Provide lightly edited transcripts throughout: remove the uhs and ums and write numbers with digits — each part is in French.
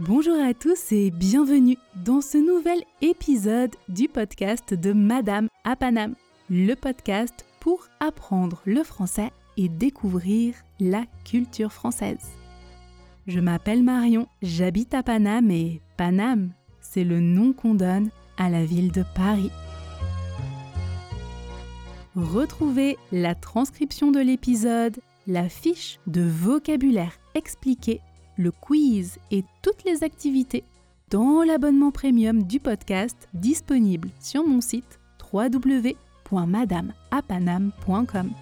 Bonjour à tous et bienvenue dans ce nouvel épisode du podcast de Madame à Paname, le podcast pour apprendre le français et découvrir la culture française. Je m'appelle Marion, j'habite à Paname et Paname, c'est le nom qu'on donne à la ville de Paris. Retrouvez la transcription de l'épisode, la fiche de vocabulaire expliquée, le quiz et toutes les activités dans l'abonnement premium du podcast disponible sur mon site www.madameapaname.com.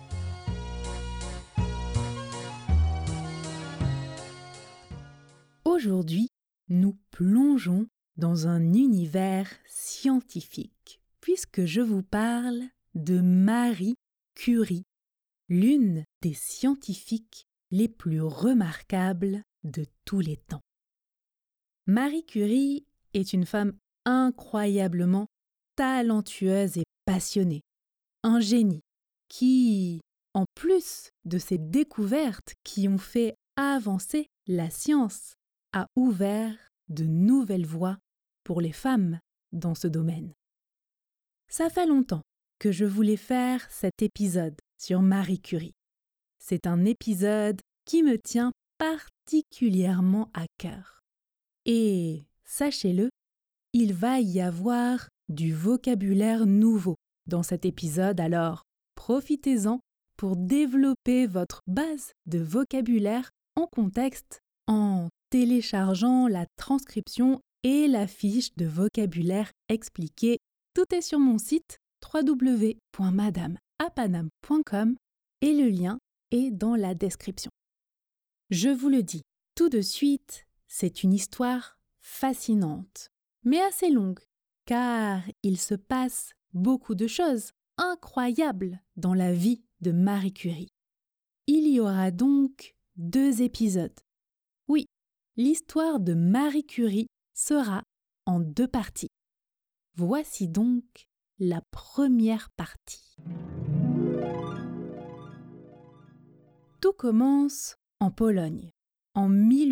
Aujourd'hui, nous plongeons dans un univers scientifique puisque je vous parle de Marie Curie, l'une des scientifiques les plus remarquables de tous les temps. Marie Curie est une femme incroyablement talentueuse et passionnée, un génie qui, en plus de ses découvertes qui ont fait avancer la science, a ouvert de nouvelles voies pour les femmes dans ce domaine. Ça fait longtemps que je voulais faire cet épisode sur Marie Curie. C'est un épisode qui me tient particulièrement à cœur. Et, sachez-le, il va y avoir du vocabulaire nouveau dans cet épisode, alors profitez-en pour développer votre base de vocabulaire en contexte en téléchargeant la transcription et la fiche de vocabulaire expliquée. Tout est sur mon site www.madameapaname.com et le lien est dans la description. Je vous le dis tout de suite, c'est une histoire fascinante, mais assez longue, car il se passe beaucoup de choses incroyables dans la vie de Marie Curie. Il y aura donc 2 épisodes. Oui, l'histoire de Marie Curie sera en 2 parties. Voici donc la première partie. Tout commence en Pologne, en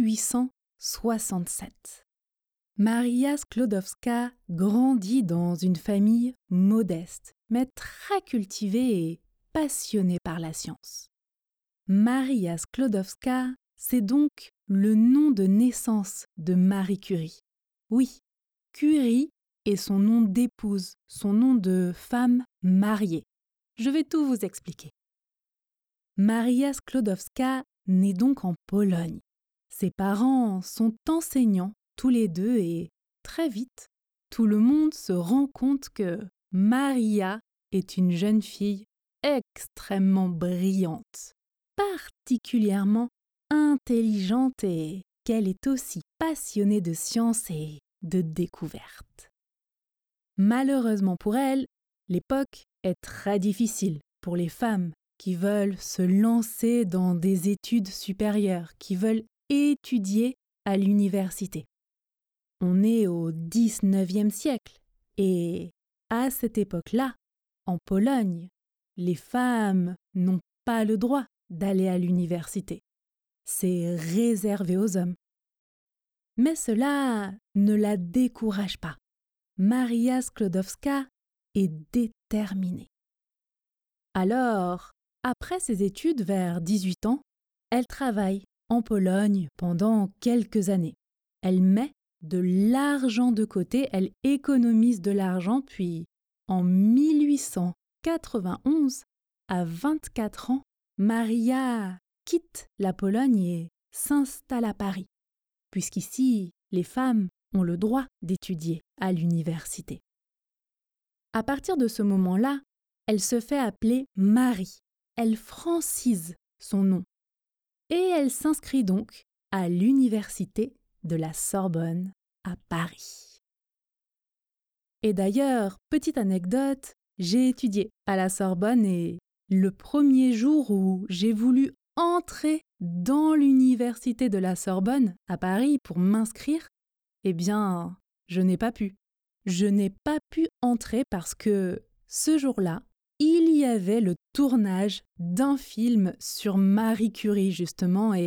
1867. Maria Sklodowska grandit dans une famille modeste, mais très cultivée et passionnée par la science. Maria Sklodowska, c'est donc le nom de naissance de Marie Curie. Oui, Curie est son nom d'épouse, son nom de femme mariée. Je vais tout vous expliquer. Maria Sklodowska naît donc en Pologne. Ses parents sont enseignants tous les deux et, très vite, tout le monde se rend compte que Maria est une jeune fille extrêmement brillante, particulièrement intelligente et qu'elle est aussi passionnée de science et de découverte. Malheureusement pour elle, l'époque est très difficile pour les femmes qui veulent se lancer dans des études supérieures, qui veulent étudier à l'université. On est au XIXe siècle et à cette époque-là, en Pologne, les femmes n'ont pas le droit d'aller à l'université. C'est réservé aux hommes. Mais cela ne la décourage pas. Maria Sklodowska est déterminée. Alors, après ses études vers 18 ans, elle travaille en Pologne pendant quelques années. Elle met de l'argent de côté, elle économise de l'argent, puis en 1891, à 24 ans, Maria quitte la Pologne et s'installe à Paris, puisqu'ici, les femmes ont le droit d'étudier à l'université. À partir de ce moment-là, elle se fait appeler Marie. Elle francise son nom et elle s'inscrit donc à l'université de la Sorbonne à Paris. Et d'ailleurs, petite anecdote, j'ai étudié à la Sorbonne et le premier jour où j'ai voulu entrer dans l'université de la Sorbonne à Paris pour m'inscrire, eh bien, je n'ai pas pu. Je n'ai pas pu entrer parce que ce jour-là, il y avait le tournage d'un film sur Marie Curie justement et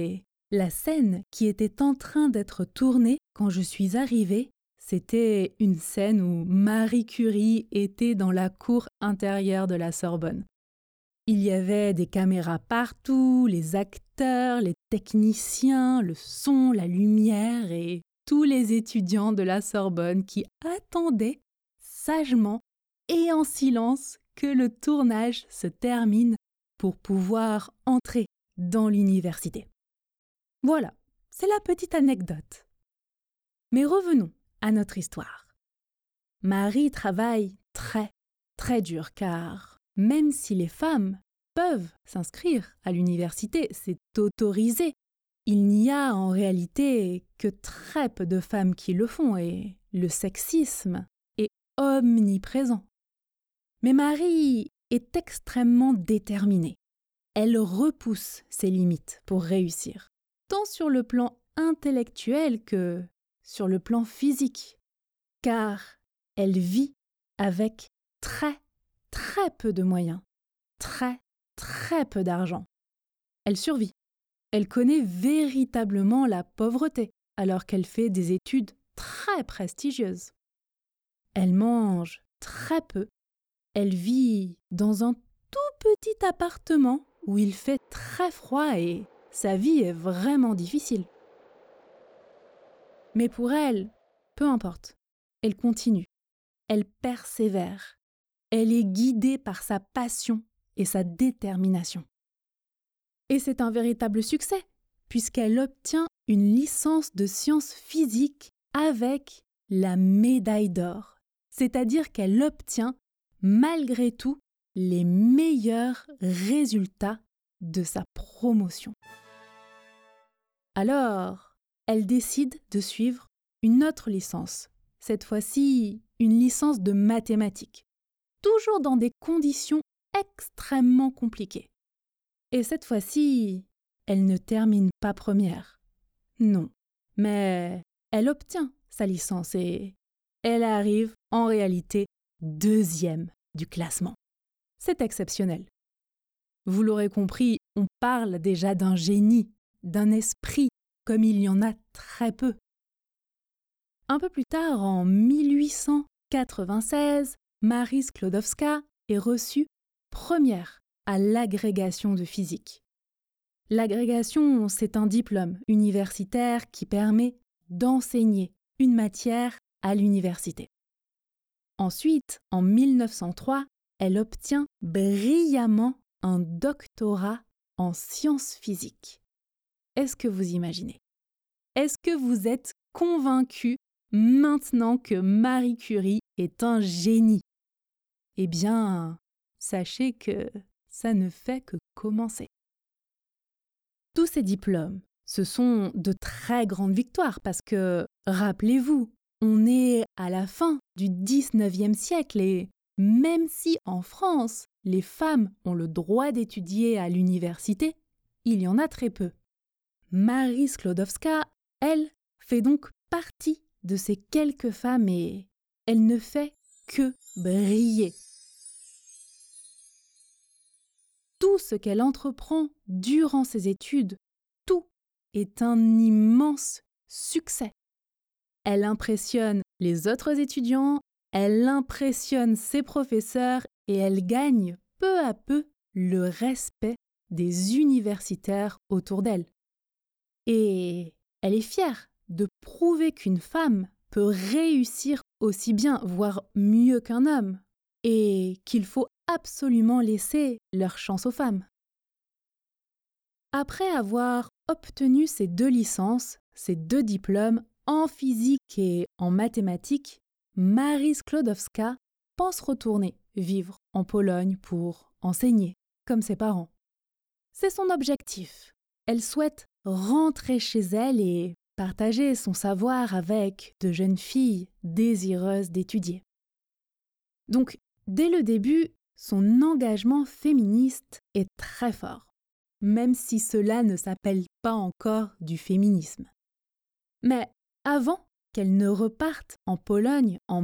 La scène qui était en train d'être tournée quand je suis arrivée, c'était une scène où Marie Curie était dans la cour intérieure de la Sorbonne. Il y avait des caméras partout, les acteurs, les techniciens, le son, la lumière et tous les étudiants de la Sorbonne qui attendaient sagement et en silence que le tournage se termine pour pouvoir entrer dans l'université. Voilà, c'est la petite anecdote. Mais revenons à notre histoire. Marie travaille très dur car même si les femmes peuvent s'inscrire à l'université, c'est autorisé, il n'y a en réalité que très peu de femmes qui le font et le sexisme est omniprésent. Mais Marie est extrêmement déterminée. Elle repousse ses limites pour réussir, tant sur le plan intellectuel que sur le plan physique, car elle vit avec très peu de moyens, très peu d'argent. Elle survit. Elle connaît véritablement la pauvreté alors qu'elle fait des études très prestigieuses. Elle mange très peu. Elle vit dans un tout petit appartement où il fait très froid et sa vie est vraiment difficile. Mais pour elle, peu importe. Elle continue. Elle persévère. Elle est guidée par sa passion et sa détermination. Et c'est un véritable succès, puisqu'elle obtient une licence de sciences physiques avec la médaille d'or. C'est-à-dire qu'elle obtient, malgré tout, les meilleurs résultats de sa promotion. Alors, elle décide de suivre une autre licence, cette fois-ci une licence de mathématiques, toujours dans des conditions extrêmement compliquées. Et cette fois-ci, elle ne termine pas première. Non, mais elle obtient sa licence et elle arrive en réalité deuxième du classement. C'est exceptionnel. Vous l'aurez compris, on parle déjà d'un génie, d'un esprit, comme il y en a très peu. Un peu plus tard, en 1896, Marie Sklodowska est reçue première à l'agrégation de physique. L'agrégation, c'est un diplôme universitaire qui permet d'enseigner une matière à l'université. Ensuite, en 1903, elle obtient brillamment un doctorat en sciences physiques. Est-ce que vous imaginez? Est-ce que vous êtes convaincu maintenant que Marie Curie est un génie? Eh bien, sachez que ça ne fait que commencer. Tous ces diplômes, ce sont de très grandes victoires parce que, rappelez-vous, on est à la fin du XIXe siècle et même si en France, les femmes ont le droit d'étudier à l'université, il y en a très peu. Marie Sklodowska, elle, fait donc partie de ces quelques femmes et elle ne fait que briller. Tout ce qu'elle entreprend durant ses études, tout est un immense succès. Elle impressionne les autres étudiants, elle impressionne ses professeurs et elle gagne peu à peu le respect des universitaires autour d'elle. Et elle est fière de prouver qu'une femme peut réussir aussi bien, voire mieux qu'un homme, et qu'il faut absolument laisser leur chance aux femmes. Après avoir obtenu ces 2 licences, ces 2 diplômes en physique et en mathématiques, Marie Sklodowska pense retourner vivre en Pologne pour enseigner, comme ses parents. C'est son objectif. Elle souhaite rentrer chez elle et partager son savoir avec de jeunes filles désireuses d'étudier. Donc, dès le début, son engagement féministe est très fort, même si cela ne s'appelle pas encore du féminisme. Mais avant qu'elle ne reparte en Pologne en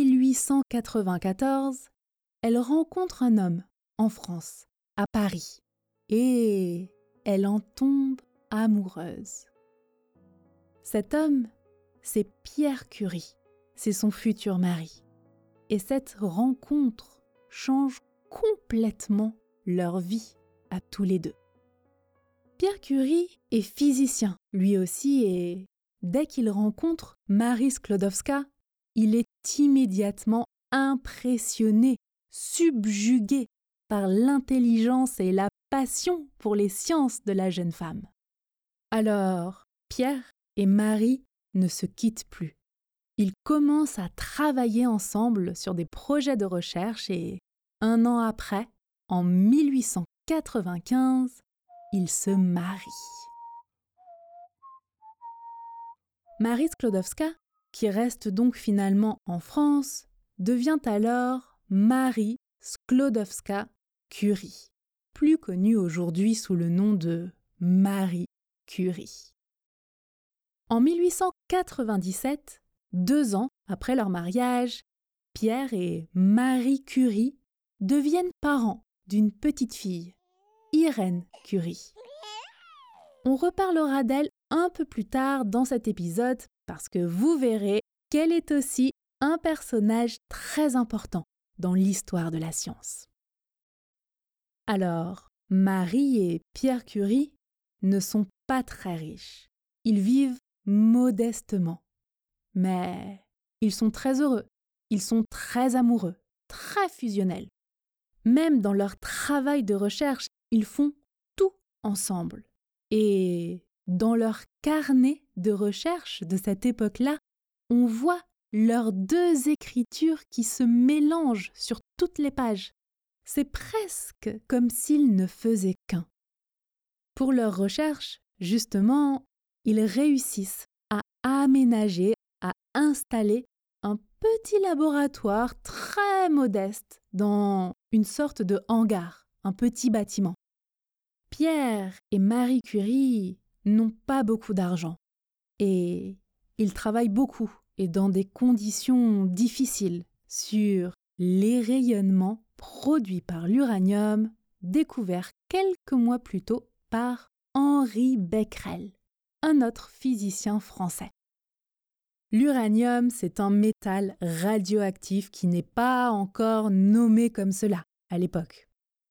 1894, elle rencontre un homme en France, à Paris, et elle en tombe amoureuse. Cet homme, c'est Pierre Curie, c'est son futur mari. Et cette rencontre change complètement leur vie à tous les deux. Pierre Curie est physicien, lui aussi, et dès qu'il rencontre Marie Sklodowska, il est immédiatement impressionné, subjugué par l'intelligence et la passion pour les sciences de la jeune femme. Alors, Pierre et Marie ne se quittent plus. Ils commencent à travailler ensemble sur des projets de recherche et, un an après, en 1895, ils se marient. Marie Sklodowska, qui reste donc finalement en France, devient alors Marie Sklodowska-Curie, plus connue aujourd'hui sous le nom de Marie Curie. En 1897, 2 ans après leur mariage, Pierre et Marie Curie deviennent parents d'une petite fille, Irène Curie. On reparlera d'elle un peu plus tard dans cet épisode parce que vous verrez qu'elle est aussi un personnage très important dans l'histoire de la science. Alors, Marie et Pierre Curie ne sont pas très riches. Ils vivent modestement. Mais ils sont très heureux, ils sont très amoureux, très fusionnels. Même dans leur travail de recherche, ils font tout ensemble. Et dans leur carnet de recherche de cette époque-là, on voit leurs 2 écritures qui se mélangent sur toutes les pages. C'est presque comme s'ils ne faisaient qu'un. Pour leur recherche, justement, ils réussissent à aménager, à installer un petit laboratoire très modeste dans une sorte de hangar, un petit bâtiment. Pierre et Marie Curie n'ont pas beaucoup d'argent et ils travaillent beaucoup et dans des conditions difficiles sur les rayonnements produits par l'uranium découvert quelques mois plus tôt par Henri Becquerel, un autre physicien français. L'uranium, c'est un métal radioactif qui n'est pas encore nommé comme cela à l'époque.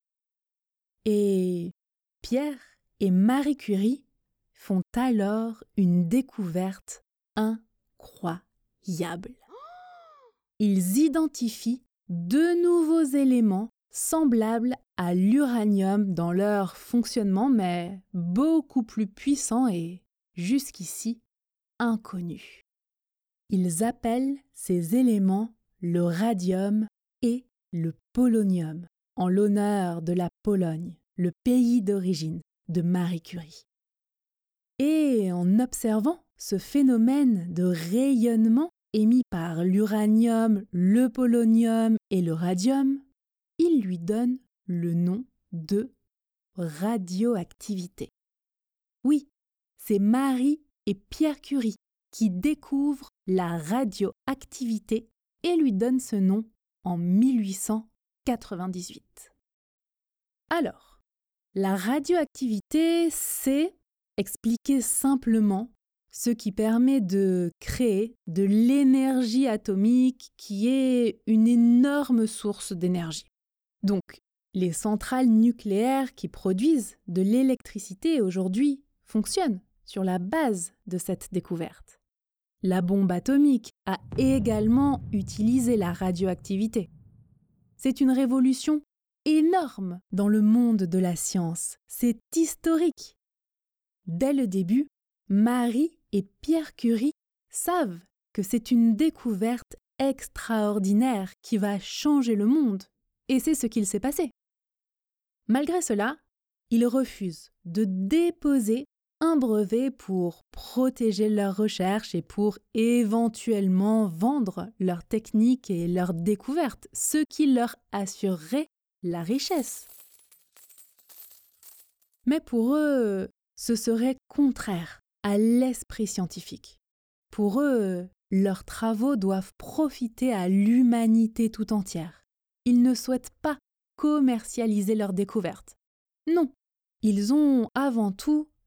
Et Pierre et Marie Curie font alors une découverte incroyable. Ils identifient 2 nouveaux éléments semblables à l'uranium dans leur fonctionnement, mais beaucoup plus puissants et, jusqu'ici, inconnus. Ils appellent ces éléments le radium et le polonium, en l'honneur de la Pologne, le pays d'origine de Marie Curie. Et en observant ce phénomène de rayonnement émis par l'uranium, le polonium et le radium, ils lui donnent le nom de radioactivité. Oui, c'est Marie et Pierre Curie qui découvrent la radioactivité et lui donnent ce nom en 1898. Alors, la radioactivité, c'est, expliqué simplement, ce qui permet de créer de l'énergie atomique qui est une énorme source d'énergie. Donc, les centrales nucléaires qui produisent de l'électricité aujourd'hui fonctionnent sur la base de cette découverte. La bombe atomique a également utilisé la radioactivité. C'est une révolution énorme dans le monde de la science. C'est historique. Dès le début, Marie et Pierre Curie savent que c'est une découverte extraordinaire qui va changer le monde. Et c'est ce qu'il s'est passé. Malgré cela, ils refusent de déposer un brevet pour protéger leurs recherches et pour éventuellement vendre leurs techniques et leurs découvertes, ce qui leur assurerait la richesse. Mais pour eux, ce serait contraire à l'esprit scientifique. Pour eux, leurs travaux doivent profiter à l'humanité tout entière. Ils ne souhaitent pas commercialiser leurs découvertes. Non, ils ont avant tout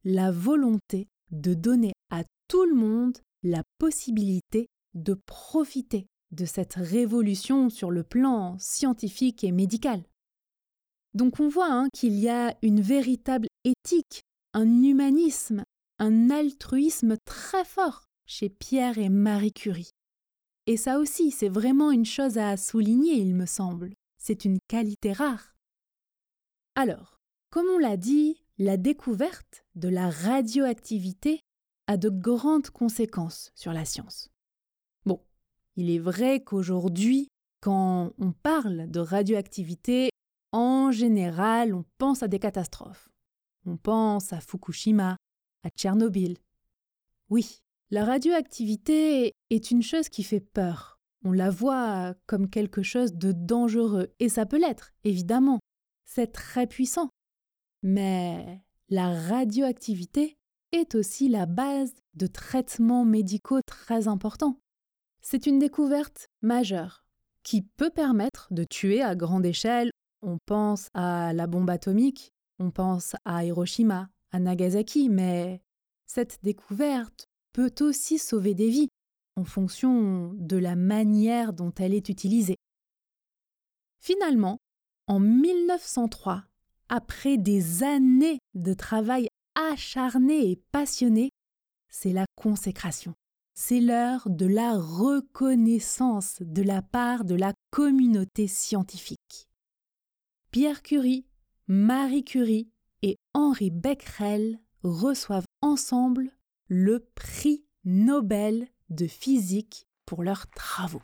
la volonté de donner à tout le monde la possibilité de profiter de cette révolution sur le plan scientifique et médical. Donc on voit qu'il y a une véritable éthique, un humanisme, un altruisme très fort chez Pierre et Marie Curie. Et ça aussi, c'est vraiment une chose à souligner, il me semble. C'est une qualité rare. Alors, comme on l'a dit, la découverte de la radioactivité a de grandes conséquences sur la science. Bon, il est vrai qu'aujourd'hui, quand on parle de radioactivité, en général, on pense à des catastrophes. On pense à Fukushima, à Tchernobyl. Oui, la radioactivité est une chose qui fait peur. On la voit comme quelque chose de dangereux, et ça peut l'être, évidemment. C'est très puissant. Mais la radioactivité est aussi la base de traitements médicaux très importants. C'est une découverte majeure qui peut permettre de tuer à grande échelle. On pense à la bombe atomique, on pense à Hiroshima, à Nagasaki, mais cette découverte peut aussi sauver des vies en fonction de la manière dont elle est utilisée. Finalement, en 1903, après des années de travail acharné et passionné, c'est la consécration. C'est l'heure de la reconnaissance de la part de la communauté scientifique. Pierre Curie, Marie Curie et Henri Becquerel reçoivent ensemble le prix Nobel de physique pour leurs travaux.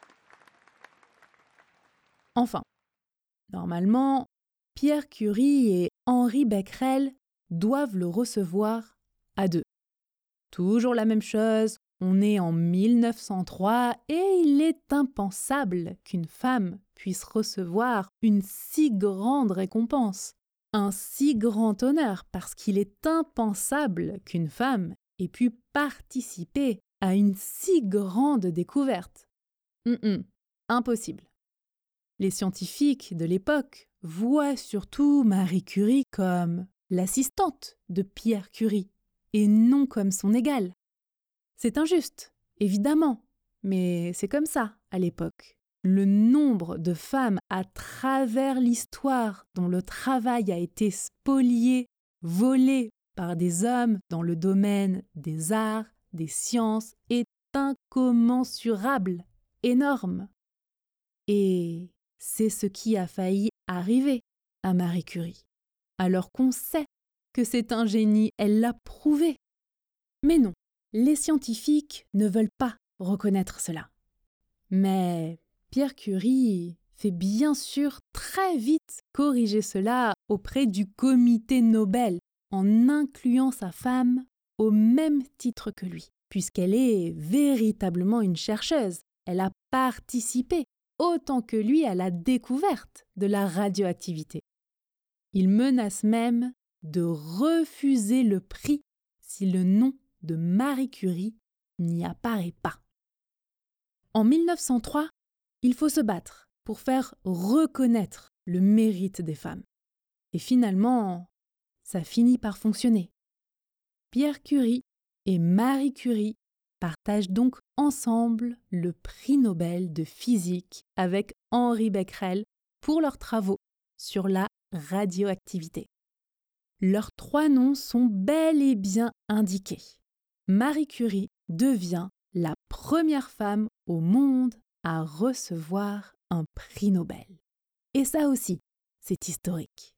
Enfin, normalement, Pierre Curie et Henri Becquerel doivent le recevoir à deux. Toujours la même chose, on est en 1903 et il est impensable qu'une femme puisse recevoir une si grande récompense, un si grand honneur, parce qu'il est impensable qu'une femme ait pu participer à une si grande découverte. Impossible. Les scientifiques de l'époque voient surtout Marie Curie comme l'assistante de Pierre Curie et non comme son égale. C'est injuste, évidemment, mais c'est comme ça à l'époque. Le nombre de femmes à travers l'histoire dont le travail a été spolié, volé par des hommes dans le domaine des arts, des sciences est incommensurable, énorme. Et c'est ce qui a failli arriver à Marie Curie, alors qu'on sait que c'est un génie, elle l'a prouvé. Mais non, les scientifiques ne veulent pas reconnaître cela. Mais Pierre Curie fait bien sûr très vite corriger cela auprès du comité Nobel en incluant sa femme au même titre que lui, puisqu'elle est véritablement une chercheuse. Elle a participé autant que lui à la découverte de la radioactivité. Il menace même de refuser le prix si le nom de Marie Curie n'y apparaît pas. En 1903, il faut se battre pour faire reconnaître le mérite des femmes. Et finalement, ça finit par fonctionner. Pierre Curie et Marie Curie partagent donc ensemble le prix Nobel de physique avec Henri Becquerel pour leurs travaux sur la radioactivité. Leurs 3 noms sont bel et bien indiqués. Marie Curie devient la première femme au monde à recevoir un prix Nobel. Et ça aussi, c'est historique.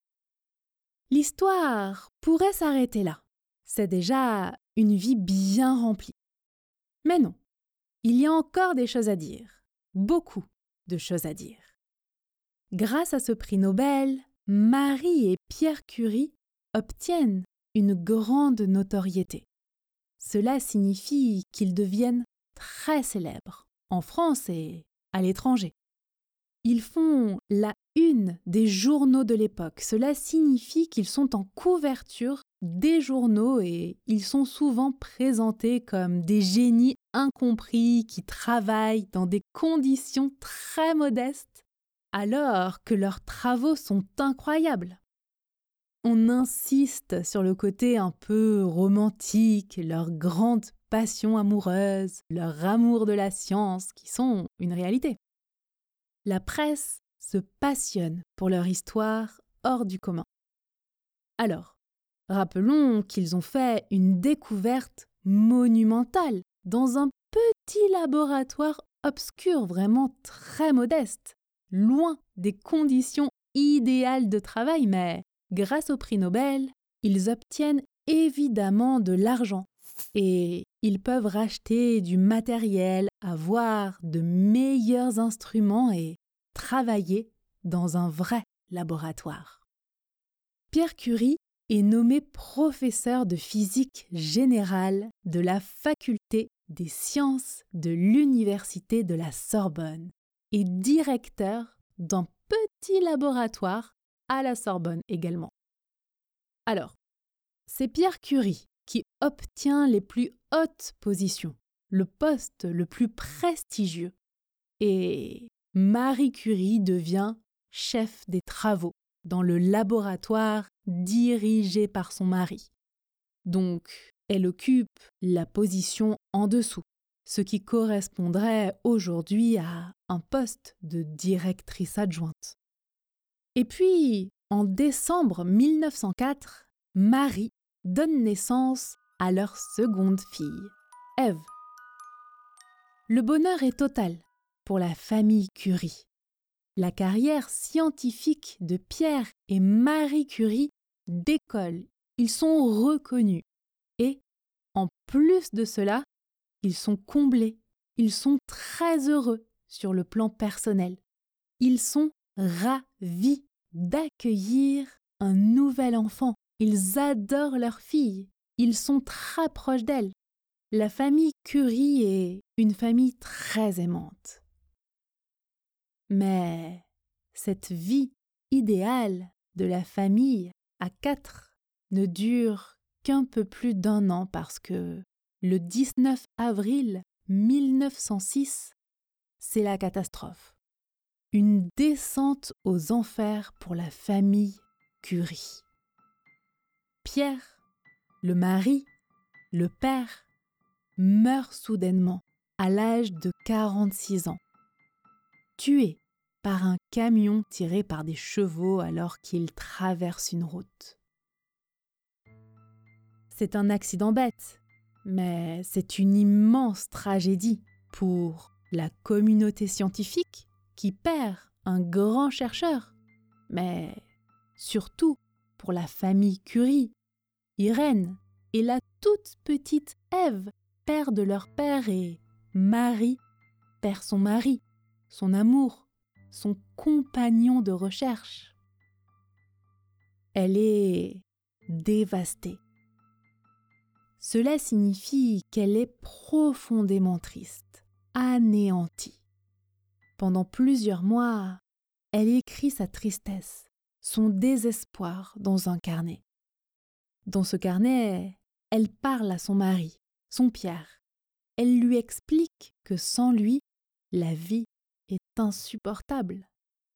L'histoire pourrait s'arrêter là. C'est déjà une vie bien remplie. Mais non, il y a encore des choses à dire, beaucoup de choses à dire. Grâce à ce prix Nobel, Marie et Pierre Curie obtiennent une grande notoriété. Cela signifie qu'ils deviennent très célèbres, en France et à l'étranger. Ils font la une des journaux de l'époque. Cela signifie qu'ils sont en couverture des journaux et ils sont souvent présentés comme des génies incompris qui travaillent dans des conditions très modestes, alors que leurs travaux sont incroyables. on insiste sur le côté un peu romantique, leur grande passion amoureuse, leur amour de la science, qui sont une réalité. La presse se passionne pour leur histoire hors du commun. Alors, rappelons qu'ils ont fait une découverte monumentale dans un petit laboratoire obscur, vraiment très modeste, loin des conditions idéales de travail, mais grâce au prix Nobel, ils obtiennent évidemment de l'argent et ils peuvent racheter du matériel, avoir de meilleurs instruments et travailler dans un vrai laboratoire. Pierre Curie est nommé professeur de physique générale de la faculté des sciences de l'Université de la Sorbonne et directeur d'un petit laboratoire à la Sorbonne également. Alors, c'est Pierre Curie qui obtient les plus hautes positions, le poste le plus prestigieux, et Marie Curie devient chef des travaux dans le laboratoire dirigé par son mari. Donc, elle occupe la position en dessous, ce qui correspondrait aujourd'hui à un poste de directrice adjointe. Et puis, en décembre 1904, Marie donne naissance à leur seconde fille, Ève. Le bonheur est total pour la famille Curie. La carrière scientifique de Pierre et Marie Curie décolle. Ils sont reconnus. Et, en plus de cela, ils sont comblés. Ils sont très heureux sur le plan personnel. Ils sont ravis d'accueillir un nouvel enfant. Ils adorent leur fille. Ils sont très proches d'elle. La famille Curie est une famille très aimante. Mais cette vie idéale de la famille à 4 ne dure qu'un peu plus d'1 an parce que le 19 avril 1906, c'est la catastrophe. Une descente aux enfers pour la famille Curie. Pierre, le mari, le père, meurt soudainement à l'âge de 46 ans, tué par un camion tiré par des chevaux alors qu'il traverse une route. C'est un accident bête, mais c'est une immense tragédie pour la communauté scientifique qui perd un grand chercheur, mais surtout pour la famille Curie. Irène et la toute petite Ève perdent leur père et Marie perd son mari, son amour, son compagnon de recherche. Elle est dévastée. Cela signifie qu'elle est profondément triste, anéantie. Pendant plusieurs mois, elle écrit sa tristesse, son désespoir dans un carnet. Dans ce carnet, elle parle à son mari, son Pierre. Elle lui explique que sans lui, la vie est insupportable.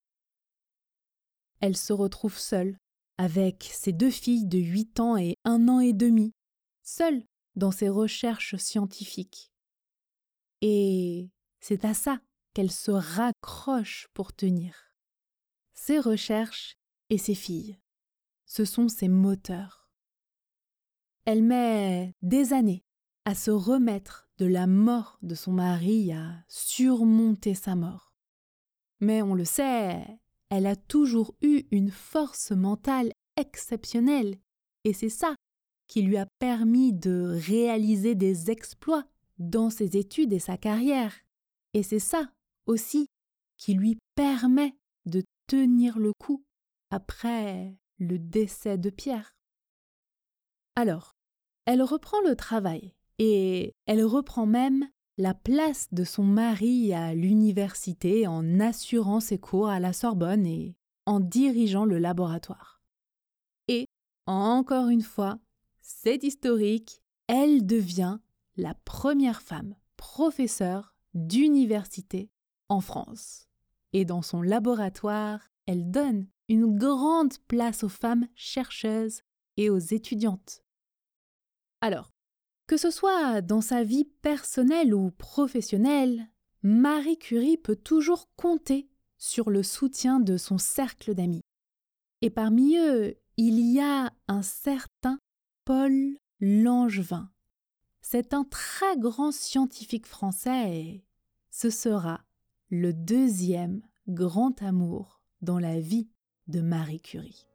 Elle se retrouve seule, avec ses 2 filles de 8 ans et 1 an et demi, seule dans ses recherches scientifiques. Et c'est à ça qu'elle se raccroche pour tenir. Ses recherches et ses filles, ce sont ses moteurs. Elle met des années à se remettre de la mort de son mari, à surmonter sa mort. Mais on le sait, elle a toujours eu une force mentale exceptionnelle et c'est ça qui lui a permis de réaliser des exploits dans ses études et sa carrière. Et c'est ça aussi qui lui permet de tenir le coup après le décès de Pierre. Alors, elle reprend le travail et elle reprend même la place de son mari à l'université en assurant ses cours à la Sorbonne et en dirigeant le laboratoire. Et, encore une fois, c'est historique, elle devient la première femme professeure d'université en France. Et dans son laboratoire, elle donne une grande place aux femmes chercheuses et aux étudiantes. Alors, que ce soit dans sa vie personnelle ou professionnelle, Marie Curie peut toujours compter sur le soutien de son cercle d'amis. Et parmi eux, il y a un certain Paul Langevin. C'est un très grand scientifique français et ce sera le deuxième grand amour dans la vie de Marie Curie.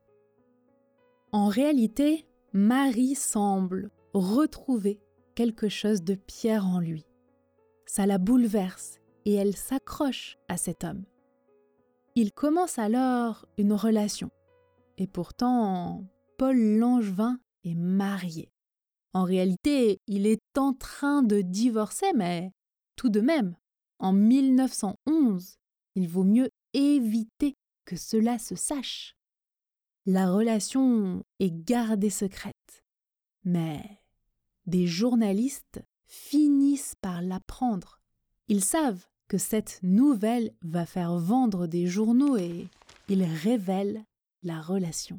En réalité, Marie semble retrouver quelque chose de Pierre en lui. Ça la bouleverse et elle s'accroche à cet homme. Il commence alors une relation. Et pourtant, Paul Langevin est marié. En réalité, il est en train de divorcer, mais tout de même, en 1911, il vaut mieux éviter que cela se sache. La relation est gardée secrète, mais des journalistes finissent par l'apprendre. Ils savent que cette nouvelle va faire vendre des journaux et ils révèlent la relation.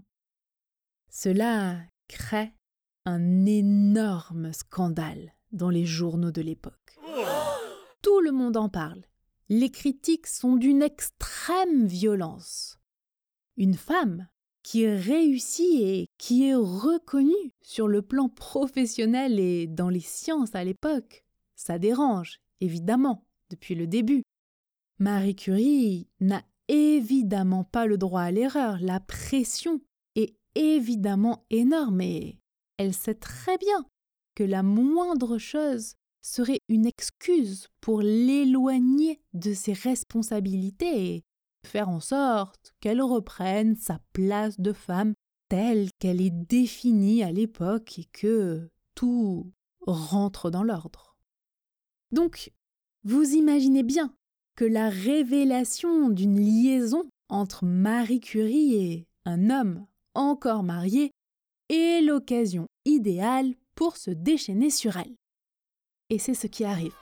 Cela crée un énorme scandale dans les journaux de l'époque. Tout le monde en parle. Les critiques sont d'une extrême violence. Une femme qui réussit et qui est reconnue sur le plan professionnel et dans les sciences à l'époque, ça dérange, évidemment, depuis le début. Marie Curie n'a évidemment pas le droit à l'erreur. La pression est évidemment énorme et elle sait très bien que la moindre chose serait une excuse pour l'éloigner de ses responsabilités et faire en sorte qu'elle reprenne sa place de femme telle qu'elle est définie à l'époque et que tout rentre dans l'ordre. Donc, vous imaginez bien que la révélation d'une liaison entre Marie Curie et un homme encore marié est l'occasion idéale pour se déchaîner sur elle. Et c'est ce qui arrive.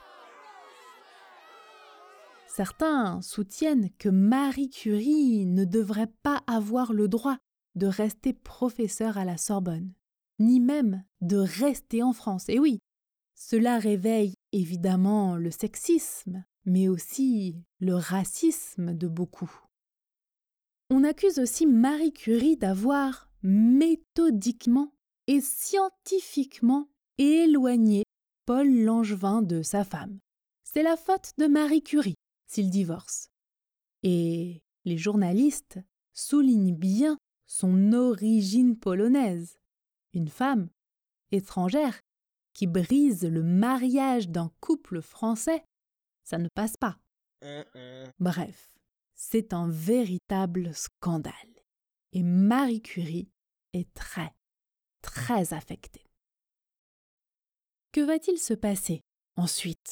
Certains soutiennent que Marie Curie ne devrait pas avoir le droit de rester professeure à la Sorbonne, ni même de rester en France. Et oui, cela réveille évidemment le sexisme, mais aussi le racisme de beaucoup. On accuse aussi Marie Curie d'avoir méthodiquement et scientifiquement éloigné Paul Langevin de sa femme. C'est la faute de Marie Curie s'il divorce. Et les journalistes soulignent bien son origine polonaise. Une femme étrangère qui brise le mariage d'un couple français, ça ne passe pas. Bref, c'est un véritable scandale. Et Marie Curie est très, très affectée. Que va-t-il se passer ensuite ?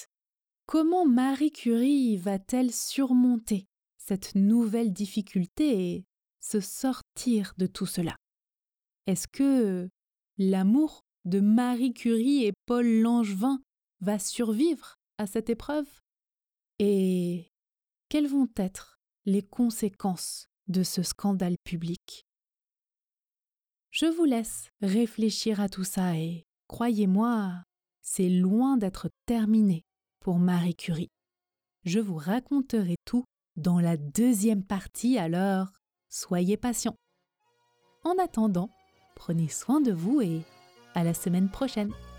Comment Marie Curie va-t-elle surmonter cette nouvelle difficulté et se sortir de tout cela ? Est-ce que l'amour de Marie Curie et Paul Langevin va survivre à cette épreuve ? Et quelles vont être les conséquences de ce scandale public ? Je vous laisse réfléchir à tout ça et, croyez-moi, c'est loin d'être terminé pour Marie Curie. Je vous raconterai tout dans la deuxième partie, alors soyez patients. En attendant, prenez soin de vous et à la semaine prochaine.